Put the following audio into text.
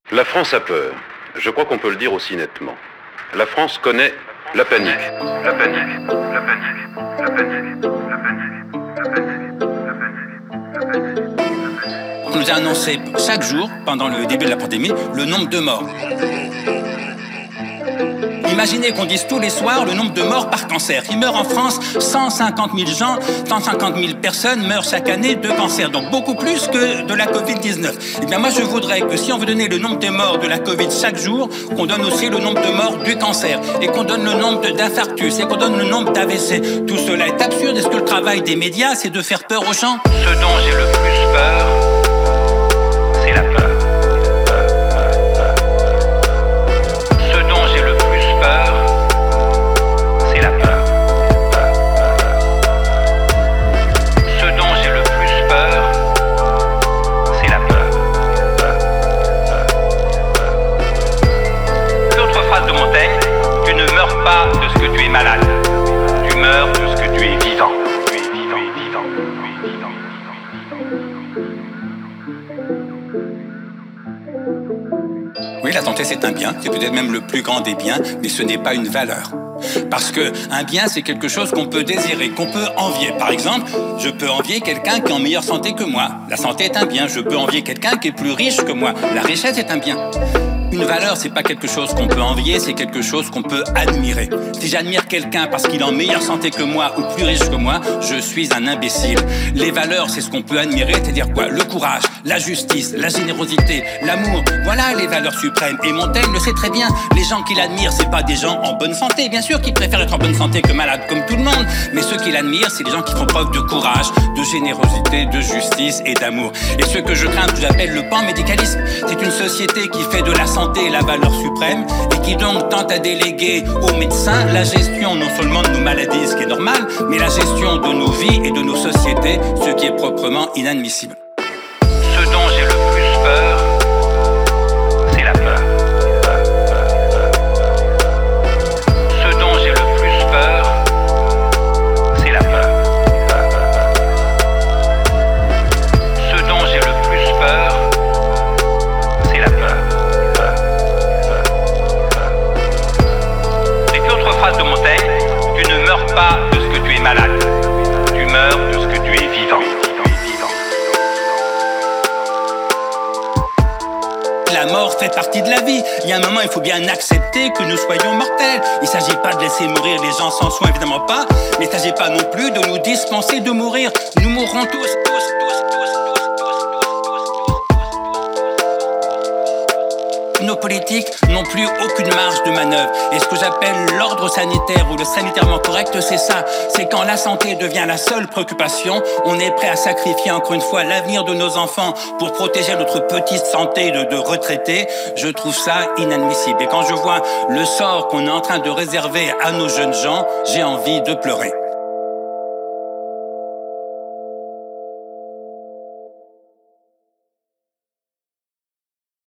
La France a peur. Je crois qu'on peut le dire aussi nettement. La France connaît la panique. La panique. La panique. La panique. La panique. La panique. La panique. On nous a annoncé chaque jour, pendant le début de la pandémie, le nombre de morts. Imaginez qu'on dise tous les soirs le nombre de morts par cancer. Il meurt en France 150 000 gens, 150 000 personnes meurent chaque année de cancer. Donc beaucoup plus que de la Covid-19. Eh bien moi je voudrais que si on veut donner le nombre de morts de la Covid chaque jour, qu'on donne aussi le nombre de morts du cancer. Et qu'on donne le nombre d'infarctus, et qu'on donne le nombre d'AVC. Tout cela est absurde. Est-ce que le travail des médias, c'est de faire peur aux gens? Ce dont j'ai le plus peur, c'est la peur. De ce que tu es malade, tu meurs de ce que tu es vivant. Oui, la santé c'est un bien, c'est peut-être même le plus grand des biens, mais ce n'est pas une valeur. Parce que un bien, c'est quelque chose qu'on peut désirer, qu'on peut envier. Par exemple, je peux envier quelqu'un qui est en meilleure santé que moi. La santé est un bien. Je peux envier quelqu'un qui est plus riche que moi. La richesse est un bien. Une valeur, c'est pas quelque chose qu'on peut envier, c'est quelque chose qu'on peut admirer. Si j'admire quelqu'un parce qu'il est en meilleure santé que moi ou plus riche que moi, je suis un imbécile. Les valeurs, c'est ce qu'on peut admirer, c'est-à-dire quoi? Le courage, la justice, la générosité, l'amour. Voilà les valeurs suprêmes. Et Montaigne le sait très bien. Les gens qu'il admire, c'est pas des gens en bonne santé. Bien sûr qu'ils préfèrent être en bonne santé que malade, comme tout le monde. Mais ceux qu'il admire, c'est des gens qui font preuve de courage, de générosité, de justice et d'amour. Et ce que je crains, que j'appelle le panmédicalisme, c'est une société qui fait de la santé la valeur suprême et qui donc tente à déléguer aux médecins la gestion non seulement de nos maladies, ce qui est normal, mais la gestion de nos vies et de nos sociétés, ce qui est proprement inadmissible. Ce dont j'ai le plus peur, c'est la peur. Ce dont j'ai le plus peur, c'est la peur. Ce dont j'ai le plus peur, c'est la peur. Phrase de Montaigne, tu ne meurs pas de ce que tu es malade, tu meurs de ce que tu es vivant. La mort fait partie de la vie. Il y a un moment, il faut bien accepter que nous soyons mortels. Il ne s'agit pas de laisser mourir les gens sans soin, évidemment pas. Mais il ne s'agit pas non plus de nous dispenser de mourir. Nous mourrons tous. Nos politiques n'ont plus aucune marge de manœuvre. Et ce que j'appelle l'ordre sanitaire ou le sanitairement correct, c'est ça. C'est quand la santé devient la seule préoccupation, on est prêt à sacrifier encore une fois l'avenir de nos enfants pour protéger notre petite santé de retraités. Je trouve ça inadmissible. Et quand je vois le sort qu'on est en train de réserver à nos jeunes gens, j'ai envie de pleurer.